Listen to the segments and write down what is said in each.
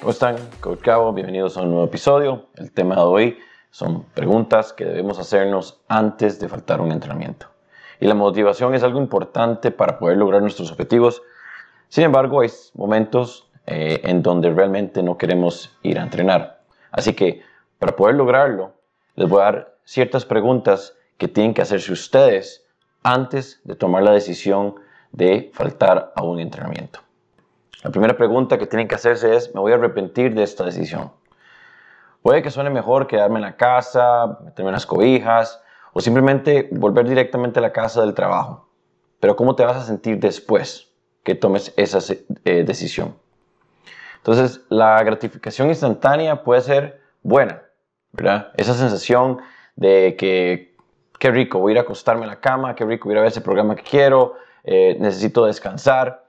¿Cómo están? Coach Cabo, bienvenidos a un nuevo episodio. El tema de hoy son preguntas que debemos hacernos antes de faltar un entrenamiento. Y la motivación es algo importante para poder lograr nuestros objetivos. Sin embargo, hay momentos en donde realmente no queremos ir a entrenar. Así que para poder lograrlo, les voy a dar ciertas preguntas que tienen que hacerse ustedes antes de tomar la decisión de faltar a un entrenamiento. La primera pregunta que tienen que hacerse es, ¿me voy a arrepentir de esta decisión? Puede que suene mejor quedarme en la casa, meterme en las cobijas o simplemente volver directamente a la casa del trabajo. Pero ¿cómo te vas a sentir después que tomes esa decisión? Entonces, la gratificación instantánea puede ser buena, ¿verdad? Esa sensación de que qué rico, voy a ir a acostarme en la cama, qué rico, voy a ir a ver ese programa que quiero, necesito descansar.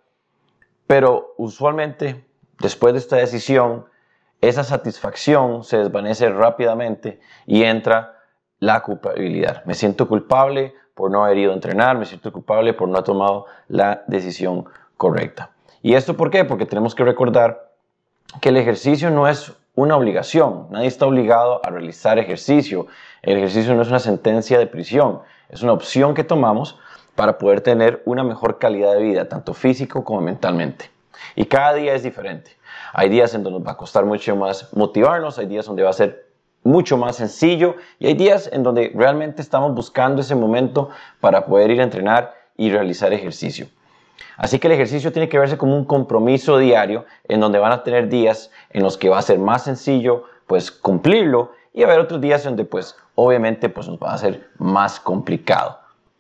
Pero usualmente, después de esta decisión, esa satisfacción se desvanece rápidamente y entra la culpabilidad. Me siento culpable por no haber ido a entrenar, me siento culpable por no haber tomado la decisión correcta. ¿Y esto por qué? Porque tenemos que recordar que el ejercicio no es una obligación. Nadie está obligado a realizar ejercicio. El ejercicio no es una sentencia de prisión. Es una opción que tomamos para poder tener una mejor calidad de vida, tanto físico como mentalmente. Y cada día es diferente. Hay días en donde nos va a costar mucho más motivarnos, hay días donde va a ser mucho más sencillo y hay días en donde realmente estamos buscando ese momento para poder ir a entrenar y realizar ejercicio. Así que el ejercicio tiene que verse como un compromiso diario en donde van a tener días en los que va a ser más sencillo pues cumplirlo y haber otros días donde pues obviamente pues nos va a ser más complicado.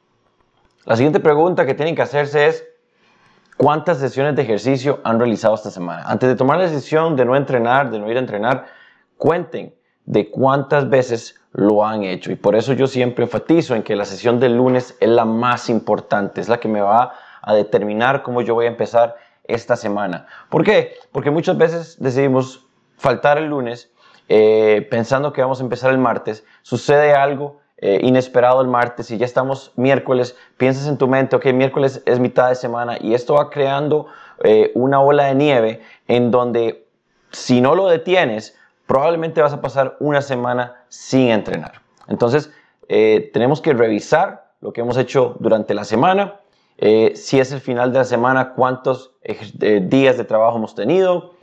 La siguiente pregunta que tienen que hacerse es ¿cuántas sesiones de ejercicio han realizado esta semana? Antes de tomar la decisión de no entrenar, de no ir a entrenar, cuenten de cuántas veces lo han hecho. Y por eso yo siempre enfatizo en que la sesión del lunes es la más importante, es la que me va a determinar cómo yo voy a empezar esta semana. ¿Por qué? Porque muchas veces decidimos faltar el lunes pensando que vamos a empezar el martes, sucede algo inesperado el martes y ya estamos miércoles, piensas en tu mente, ok, miércoles es mitad de semana y esto va creando una ola de nieve en donde si no lo detienes, probablemente vas a pasar una semana sin entrenar. Entonces, tenemos que revisar lo que hemos hecho durante la semana, si es el final de la semana, cuántos días de trabajo hemos tenido,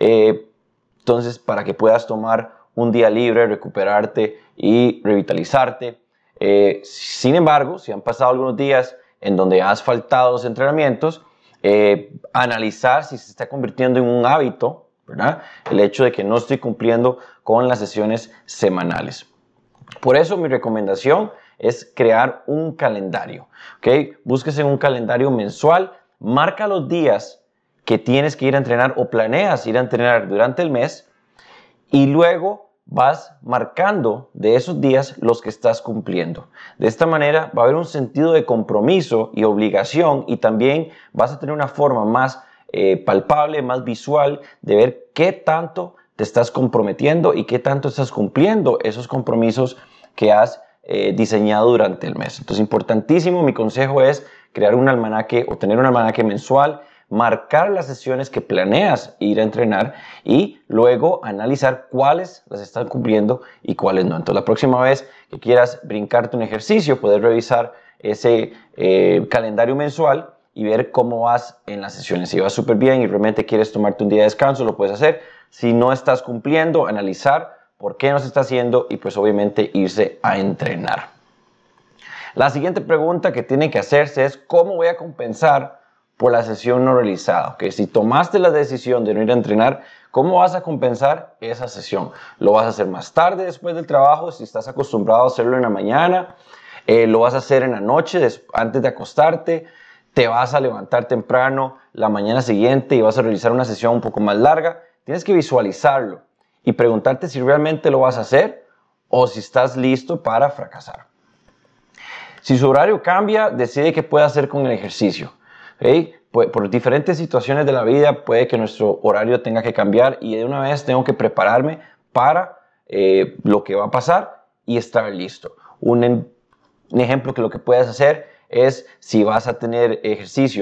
entonces para que puedas tomar un día libre, recuperarte y revitalizarte. Sin embargo, si han pasado algunos días en donde has faltado los entrenamientos, analizar si se está convirtiendo en un hábito, ¿verdad? El hecho de que no estoy cumpliendo con las sesiones semanales. Por eso mi recomendación es crear un calendario, ¿ok? Búsquese un calendario mensual, marca los días que tienes que ir a entrenar o planeas ir a entrenar durante el mes y luego vas marcando de esos días los que estás cumpliendo. De esta manera va a haber un sentido de compromiso y obligación y también vas a tener una forma más palpable, más visual de ver qué tanto te estás comprometiendo y qué tanto estás cumpliendo esos compromisos que has diseñado durante el mes. Entonces, importantísimo, mi consejo es crear un almanaque o tener un almanaque mensual, marcar las sesiones que planeas ir a entrenar y luego analizar cuáles las están cumpliendo y cuáles no. Entonces, la próxima vez que quieras brincarte un ejercicio, puedes revisar ese calendario mensual y ver cómo vas en las sesiones. Si vas súper bien y realmente quieres tomarte un día de descanso, lo puedes hacer. Si no estás cumpliendo, analizar por qué no se está haciendo y pues obviamente irse a entrenar. La siguiente pregunta que tiene que hacerse es ¿cómo voy a compensar por la sesión no realizada? Okay, si tomaste la decisión de no ir a entrenar, ¿cómo vas a compensar esa sesión? ¿Lo vas a hacer más tarde después del trabajo si estás acostumbrado a hacerlo en la mañana? ¿Lo vas a hacer en la noche antes de acostarte? ¿Te vas a levantar temprano la mañana siguiente y vas a realizar una sesión un poco más larga? Tienes que visualizarlo y preguntarte si realmente lo vas a hacer o si estás listo para fracasar. Si su horario cambia, decide qué puede hacer con el ejercicio. ¿Okay? Por diferentes situaciones de la vida puede que nuestro horario tenga que cambiar y de una vez tengo que prepararme para lo que va a pasar y estar listo. Un ejemplo que lo que puedes hacer es si vas a tener ejercicios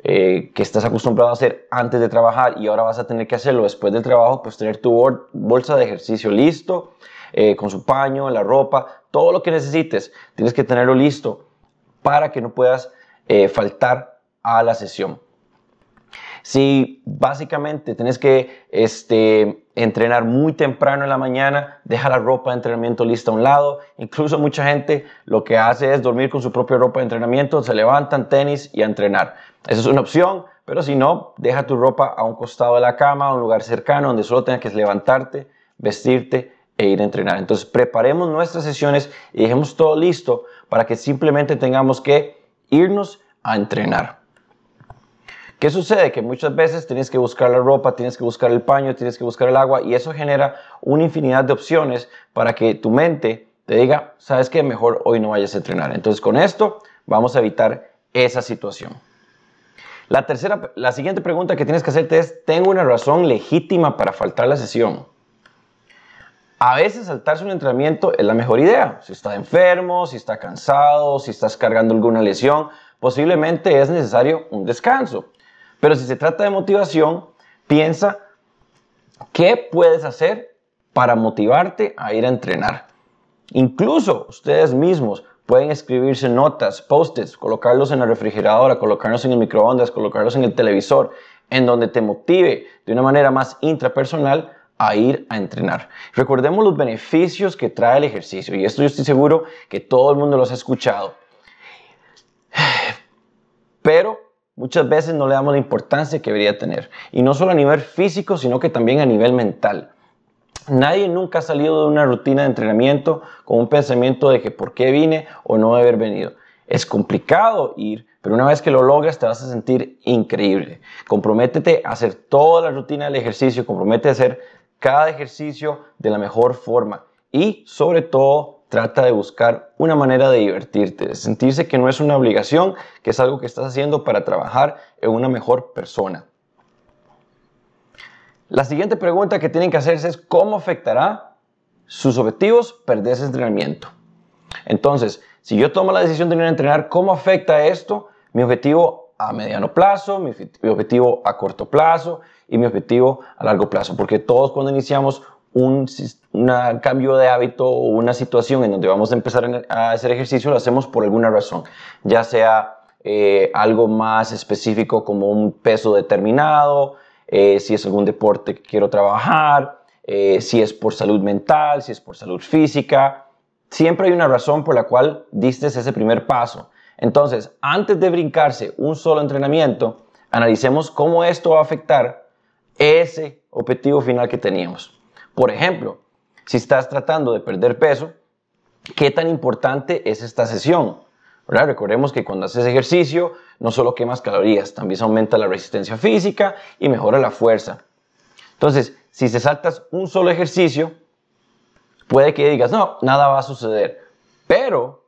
que estás acostumbrado a hacer antes de trabajar y ahora vas a tener que hacerlo después del trabajo, pues tener tu bolsa de ejercicio listo, con su paño, la ropa, todo lo que necesites, tienes que tenerlo listo para que no puedas faltar a la sesión. Si básicamente tienes que entrenar muy temprano en la mañana, deja la ropa de entrenamiento lista a un lado. Incluso mucha gente lo que hace es dormir con su propia ropa de entrenamiento, se levantan tenis y a entrenar. Esa es una opción, pero si no, deja tu ropa a un costado de la cama, a un lugar cercano donde solo tengas que levantarte, vestirte e ir a entrenar. Entonces preparemos nuestras sesiones y dejemos todo listo para que simplemente tengamos que irnos a entrenar. ¿Qué sucede? Que muchas veces tienes que buscar la ropa, tienes que buscar el paño, tienes que buscar el agua y eso genera una infinidad de opciones para que tu mente te diga, ¿sabes qué? Mejor hoy no vayas a entrenar. Entonces con esto vamos a evitar esa situación. La siguiente pregunta que tienes que hacerte es, ¿tengo una razón legítima para faltar la sesión? A veces saltarse un entrenamiento es la mejor idea. Si estás enfermo, si estás cansado, si estás cargando alguna lesión, posiblemente es necesario un descanso. Pero si se trata de motivación, piensa qué puedes hacer para motivarte a ir a entrenar. Incluso ustedes mismos pueden escribirse notas, post-its, colocarlos en la refrigeradora, colocarlos en el microondas, colocarlos en el televisor, en donde te motive de una manera más intrapersonal a ir a entrenar. Recordemos los beneficios que trae el ejercicio y esto yo estoy seguro que todo el mundo los ha escuchado. Pero muchas veces no le damos la importancia que debería tener. Y no solo a nivel físico, sino que también a nivel mental. Nadie nunca ha salido de una rutina de entrenamiento con un pensamiento de que por qué vine o no haber venido. Es complicado ir, pero una vez que lo logras te vas a sentir increíble. Comprométete a hacer toda la rutina del ejercicio, comprométete a hacer cada ejercicio de la mejor forma y sobre todo trata de buscar una manera de divertirte, de sentirse que no es una obligación, que es algo que estás haciendo para trabajar en una mejor persona. La siguiente pregunta que tienen que hacerse es ¿cómo afectará sus objetivos perder ese entrenamiento? Entonces, si yo tomo la decisión de ir a entrenar, ¿cómo afecta esto mi objetivo a mediano plazo, mi objetivo a corto plazo y mi objetivo a largo plazo? Porque todos cuando iniciamos un cambio de hábito o una situación en donde vamos a empezar a hacer ejercicio, lo hacemos por alguna razón, ya sea algo más específico como un peso determinado, si es algún deporte que quiero trabajar, si es por salud mental, si es por salud física. Siempre hay una razón por la cual diste ese primer paso. Entonces, antes de brincarse un solo entrenamiento, analicemos cómo esto va a afectar ese objetivo final que teníamos. Por ejemplo, si estás tratando de perder peso, ¿qué tan importante es esta sesión? ¿Verdad? Recordemos que cuando haces ejercicio, no solo quemas calorías, también se aumenta la resistencia física y mejora la fuerza. Entonces, si te saltas un solo ejercicio, puede que digas, no, nada va a suceder. Pero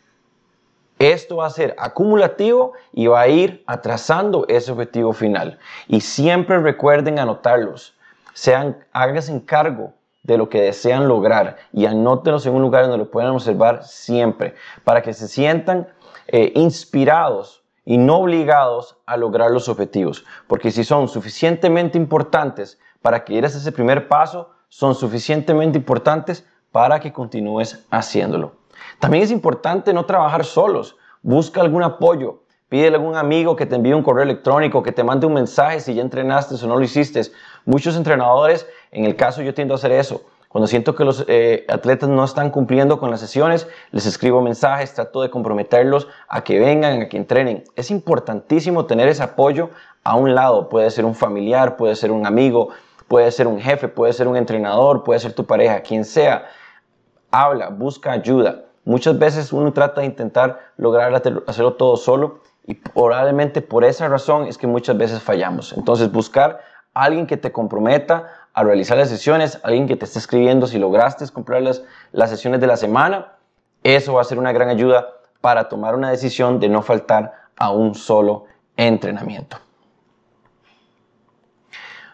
esto va a ser acumulativo y va a ir atrasando ese objetivo final. Y siempre recuerden anotarlos. Háganse cargo de lo que desean lograr y anótenlos en un lugar donde lo puedan observar siempre para que se sientan inspirados y no obligados a lograr los objetivos. Porque si son suficientemente importantes para que dieras ese primer paso, son suficientemente importantes para que continúes haciéndolo. También es importante no trabajar solos. Busca algún apoyo. Pídele a algún amigo que te envíe un correo electrónico, que te mande un mensaje si ya entrenaste o no lo hiciste. Muchos entrenadores, en el caso yo tiendo a hacer eso. Cuando siento que los atletas no están cumpliendo con las sesiones, les escribo mensajes, trato de comprometerlos a que vengan, a que entrenen. Es importantísimo tener ese apoyo a un lado. Puede ser un familiar, puede ser un amigo, puede ser un jefe, puede ser un entrenador, puede ser tu pareja, quien sea. Habla, busca ayuda. Muchas veces uno trata de intentar lograr hacerlo todo solo y probablemente por esa razón es que muchas veces fallamos. Entonces buscar a alguien que te comprometa a realizar las sesiones, alguien que te esté escribiendo si lograste comprar las sesiones de la semana, eso va a ser una gran ayuda para tomar una decisión de no faltar a un solo entrenamiento.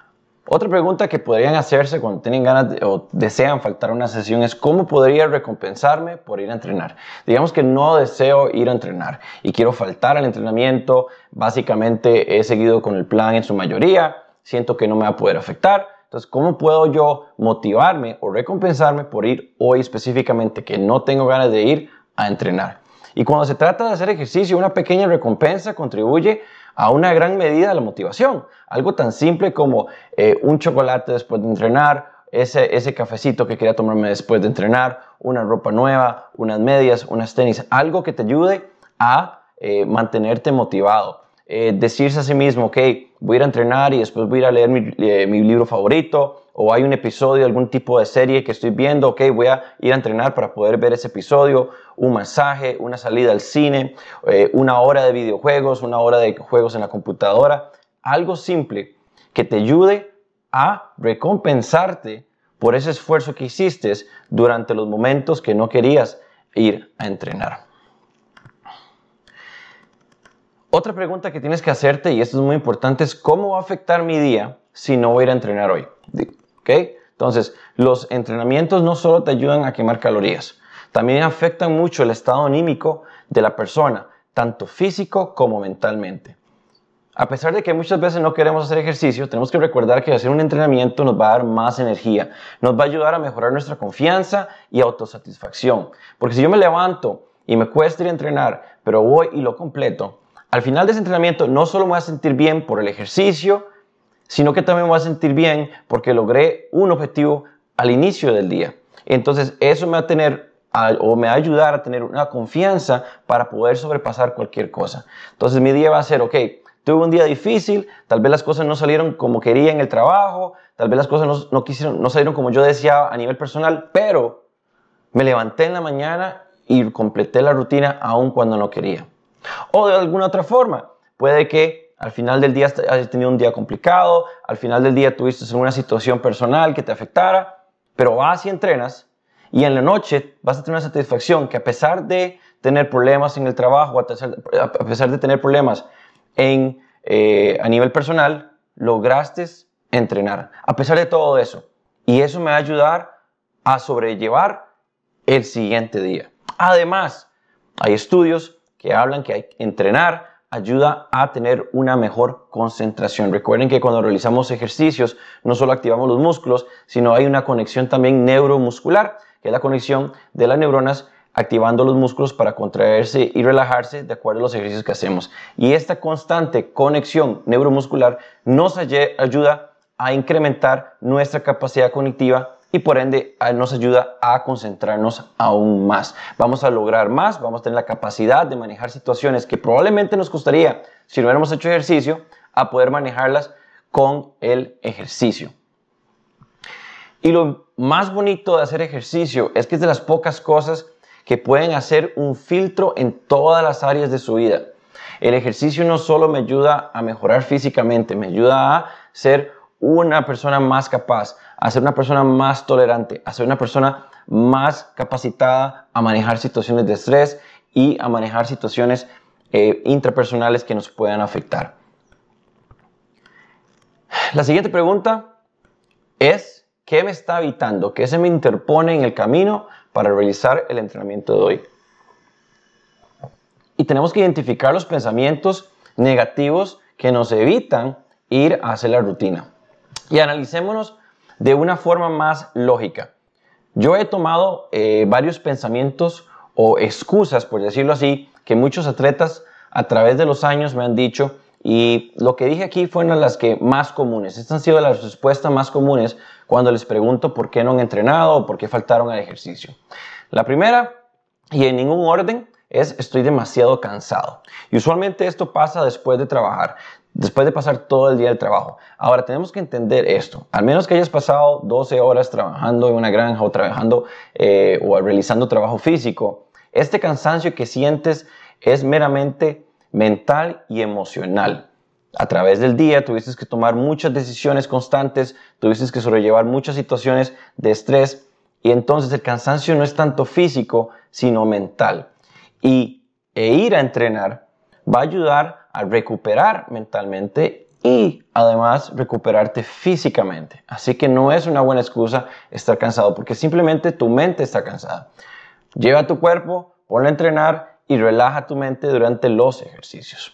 Otra pregunta que podrían hacerse cuando tienen ganas o desean faltar a una sesión es ¿cómo podría recompensarme por ir a entrenar? Digamos que no deseo ir a entrenar y quiero faltar al entrenamiento, básicamente he seguido con el plan en su mayoría, siento que no me va a poder afectar, entonces ¿cómo puedo yo motivarme o recompensarme por ir hoy específicamente que no tengo ganas de ir a entrenar? Y cuando se trata de hacer ejercicio, una pequeña recompensa contribuye a una gran medida a la motivación. Algo tan simple como un chocolate después de entrenar, ese cafecito que quería tomarme después de entrenar, una ropa nueva, unas medias, unas tenis, algo que te ayude a mantenerte motivado. Decirse a sí mismo, ok, voy a ir a entrenar y después voy a ir a leer mi libro favorito, o hay un episodio de algún tipo de serie que estoy viendo, ok, voy a ir a entrenar para poder ver ese episodio, un masaje, una salida al cine, una hora de videojuegos, una hora de juegos en la computadora, algo simple que te ayude a recompensarte por ese esfuerzo que hiciste durante los momentos que no querías ir a entrenar. Otra pregunta que tienes que hacerte, y esto es muy importante, es ¿cómo va a afectar mi día si no voy a ir a entrenar hoy? ¿Okay? Entonces, los entrenamientos no solo te ayudan a quemar calorías, también afectan mucho el estado anímico de la persona, tanto físico como mentalmente. A pesar de que muchas veces no queremos hacer ejercicio, tenemos que recordar que hacer un entrenamiento nos va a dar más energía, nos va a ayudar a mejorar nuestra confianza y autosatisfacción. Porque si yo me levanto y me cuesta ir a entrenar, pero voy y lo completo, al final de ese entrenamiento no solo me voy a sentir bien por el ejercicio, sino que también me voy a sentir bien porque logré un objetivo al inicio del día. Entonces eso me va a ayudar a tener una confianza para poder sobrepasar cualquier cosa. Entonces mi día va a ser, ok, tuve un día difícil, tal vez las cosas no salieron como quería en el trabajo, tal vez las cosas no salieron como yo deseaba a nivel personal, pero me levanté en la mañana y completé la rutina aun cuando no quería. O de alguna otra forma, puede que al final del día hayas tenido un día complicado, al final del día tuviste alguna situación personal que te afectara, pero vas y entrenas y en la noche vas a tener una satisfacción que a pesar de tener problemas en el trabajo, a pesar de tener problemas a nivel personal, lograste entrenar, a pesar de todo eso. Y eso me va a ayudar a sobrellevar el siguiente día. Además, hay estudios que hablan que entrenar ayuda a tener una mejor concentración. Recuerden que cuando realizamos ejercicios no solo activamos los músculos, sino hay una conexión también neuromuscular, que es la conexión de las neuronas activando los músculos para contraerse y relajarse de acuerdo a los ejercicios que hacemos. Y esta constante conexión neuromuscular nos ayuda a incrementar nuestra capacidad cognitiva y por ende nos ayuda a concentrarnos aún más. Vamos a lograr más, vamos a tener la capacidad de manejar situaciones que probablemente nos costaría, si no hubiéramos hecho ejercicio, a poder manejarlas con el ejercicio. Y lo más bonito de hacer ejercicio es que es de las pocas cosas que pueden hacer un filtro en todas las áreas de su vida. El ejercicio no solo me ayuda a mejorar físicamente, me ayuda a ser una persona más capaz, a ser una persona más tolerante, a ser una persona más capacitada a manejar situaciones de estrés y a manejar situaciones intrapersonales que nos puedan afectar. La siguiente pregunta es, ¿qué me está evitando? ¿Qué se me interpone en el camino para realizar el entrenamiento de hoy? Y tenemos que identificar los pensamientos negativos que nos evitan ir a hacer la rutina. Y analicémonos de una forma más lógica. Yo he tomado varios pensamientos o excusas, por decirlo así, que muchos atletas a través de los años me han dicho, y lo que dije aquí fueron las que más comunes. Estas han sido las respuestas más comunes cuando les pregunto por qué no han entrenado o por qué faltaron al ejercicio. La primera, y en ningún orden, es estoy demasiado cansado. Y usualmente esto pasa después de trabajar, después de pasar todo el día del trabajo. Ahora, tenemos que entender esto. Al menos que hayas pasado 12 horas trabajando en una granja o trabajando o realizando trabajo físico, este cansancio que sientes es meramente mental y emocional. A través del día tuviste que tomar muchas decisiones constantes, tuviste que sobrellevar muchas situaciones de estrés y entonces el cansancio no es tanto físico, sino mental. Ir a entrenar va a ayudar a recuperar mentalmente y además recuperarte físicamente. Así que no es una buena excusa estar cansado porque simplemente tu mente está cansada. Lleva tu cuerpo, ponlo a entrenar y relaja tu mente durante los ejercicios.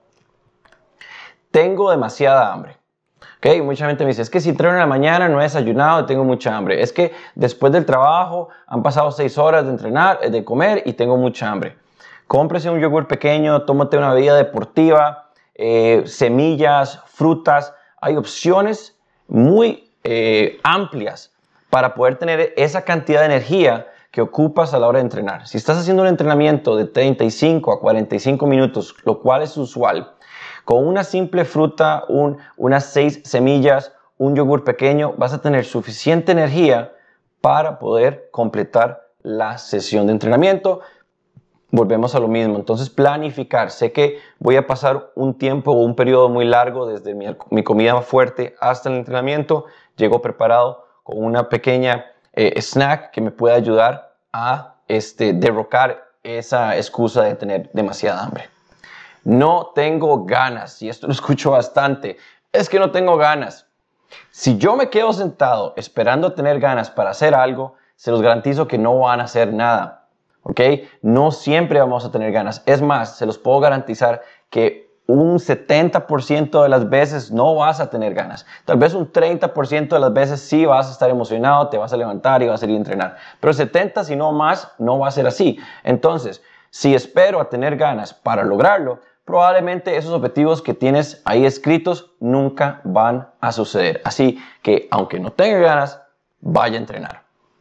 Tengo demasiada hambre. Okay, mucha gente me dice, es que si entreno en la mañana no he desayunado y tengo mucha hambre. Es que después del trabajo han pasado 6 horas de entrenar, de comer y tengo mucha hambre. Cómprese un yogur pequeño, tómate una bebida deportiva, semillas, frutas. Hay opciones muy amplias para poder tener esa cantidad de energía que ocupas a la hora de entrenar. Si estás haciendo un entrenamiento de 35 a 45 minutos, lo cual es usual, con una simple fruta, unas 6 semillas, un yogur pequeño, vas a tener suficiente energía para poder completar la sesión de entrenamiento. Volvemos a lo mismo, entonces planificar. Sé que voy a pasar un tiempo o un periodo muy largo desde mi comida fuerte hasta el entrenamiento. Llego preparado con una pequeña snack que me pueda ayudar a derrocar esa excusa de tener demasiada hambre. No tengo ganas, y esto lo escucho bastante, es que no tengo ganas. Si yo me quedo sentado esperando tener ganas para hacer algo, se los garantizo que no van a hacer nada, ¿ok? No siempre vamos a tener ganas. Es más, se los puedo garantizar que un 70% de las veces no vas a tener ganas. Tal vez un 30% de las veces sí vas a estar emocionado, te vas a levantar y vas a ir a entrenar. Pero 70%, si no más, no va a ser así. Entonces, si espero a tener ganas para lograrlo, probablemente esos objetivos que tienes ahí escritos nunca van a suceder. Así que, aunque no tenga ganas, vaya a entrenar.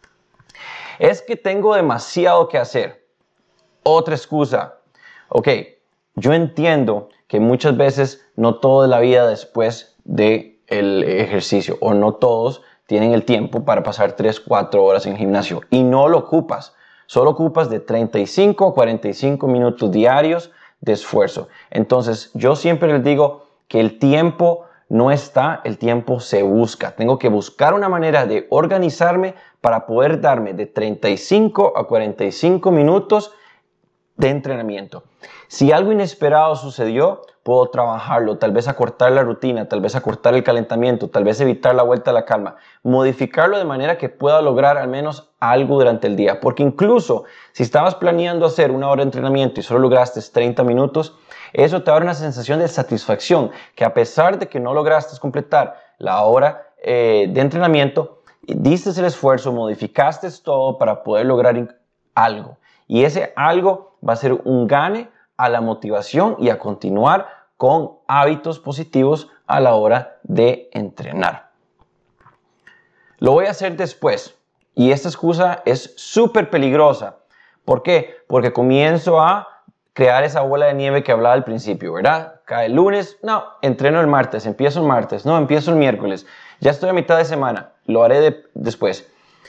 Es que tengo demasiado que hacer. Otra excusa. Ok, yo entiendo que muchas veces no todo es la vida después del ejercicio, o no todos tienen el tiempo para pasar 3-4 horas en gimnasio y no lo ocupas. Solo ocupas de 35 a 45 minutos diarios de esfuerzo. Entonces, yo siempre les digo que el tiempo no está, el tiempo se busca. Tengo que buscar una manera de organizarme para poder darme de 35 a 45 minutos de entrenamiento. Si algo inesperado sucedió, puedo trabajarlo, tal vez acortar la rutina, tal vez acortar el calentamiento, tal vez evitar la vuelta a la calma, modificarlo de manera que pueda lograr al menos algo durante el día. Porque incluso si estabas planeando hacer 1 hora de entrenamiento y solo lograste 30 minutos, eso te va a dar una sensación de satisfacción, que a pesar de que no lograste completar la hora de entrenamiento, diste el esfuerzo, modificaste todo para poder lograr algo. Y ese algo va a ser un gane a la motivación y a continuar con hábitos positivos a la hora de entrenar. Lo voy a hacer después. Y esta excusa es súper peligrosa. ¿Por qué? Porque comienzo a crear esa bola de nieve que hablaba al principio, ¿verdad? Cae el lunes, no, entreno el martes, empiezo el martes, no, empiezo el miércoles. Ya estoy a mitad de semana, lo haré después.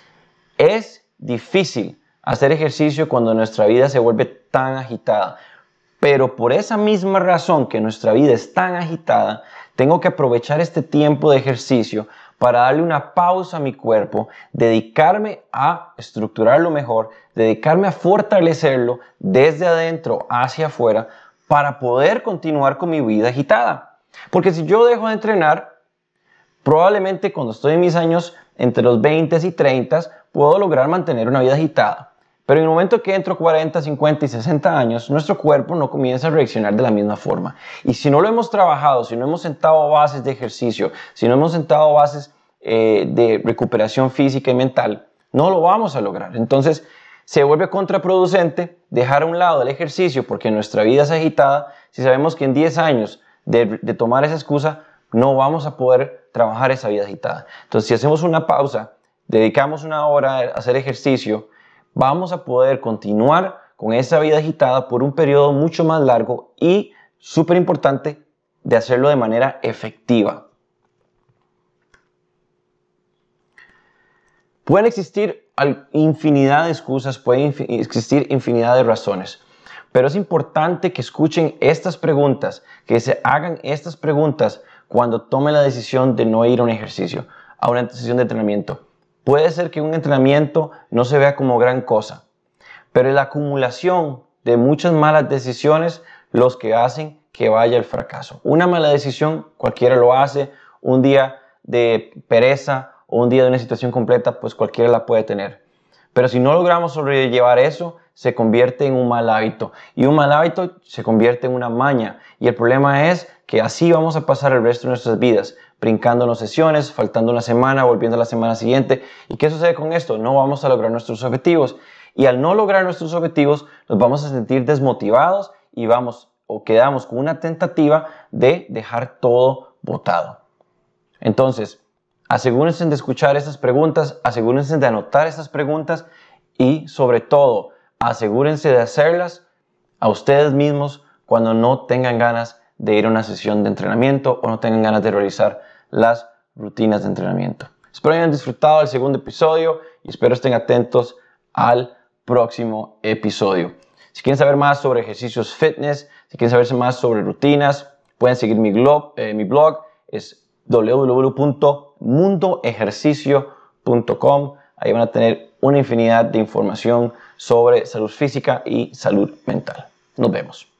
Es difícil hacer ejercicio cuando nuestra vida se vuelve tan agitada. Pero por esa misma razón que nuestra vida es tan agitada, tengo que aprovechar este tiempo de ejercicio para darle una pausa a mi cuerpo, dedicarme a estructurarlo mejor, dedicarme a fortalecerlo desde adentro hacia afuera para poder continuar con mi vida agitada. Porque si yo dejo de entrenar, probablemente cuando estoy en mis años entre los 20 y 30 puedo lograr mantener una vida agitada. Pero en el momento que entro 40, 50 y 60 años, nuestro cuerpo no comienza a reaccionar de la misma forma. Y si no lo hemos trabajado, si no hemos sentado bases de ejercicio, si no hemos sentado bases de recuperación física y mental, no lo vamos a lograr. Entonces, se vuelve contraproducente dejar a un lado el ejercicio porque nuestra vida es agitada si sabemos que en 10 años de tomar esa excusa no vamos a poder trabajar esa vida agitada. Entonces, si hacemos una pausa, dedicamos 1 hora a hacer ejercicio, vamos a poder continuar con esa vida agitada por un periodo mucho más largo y, súper importante, de hacerlo de manera efectiva. Pueden existir infinidad de excusas, pueden existir infinidad de razones, pero es importante que escuchen estas preguntas, que se hagan estas preguntas cuando tomen la decisión de no ir a un ejercicio, a una sesión de entrenamiento. Puede ser que un entrenamiento no se vea como gran cosa, pero es la acumulación de muchas malas decisiones los que hacen que vaya al fracaso. Una mala decisión, cualquiera lo hace. Un día de pereza o un día de una situación completa, pues cualquiera la puede tener. Pero si no logramos sobrellevar eso, se convierte en un mal hábito. Y un mal hábito se convierte en una maña. Y el problema es que así vamos a pasar el resto de nuestras vidas, brincándonos sesiones, faltando una semana, volviendo a la semana siguiente. ¿Y qué sucede con esto? No vamos a lograr nuestros objetivos. Y al no lograr nuestros objetivos, nos vamos a sentir desmotivados y quedamos con una tentativa de dejar todo botado. Entonces, asegúrense de escuchar estas preguntas, asegúrense de anotar estas preguntas y, sobre todo, asegúrense de hacerlas a ustedes mismos cuando no tengan ganas de ir a una sesión de entrenamiento o no tengan ganas de realizar las rutinas de entrenamiento. Espero hayan disfrutado del segundo episodio y espero estén atentos al próximo episodio. Si quieren saber más sobre ejercicios fitness, si quieren saber más sobre rutinas, pueden seguir mi blog, es www.mundoejercicio.com. Ahí van a tener una infinidad de información sobre salud física y salud mental. Nos vemos.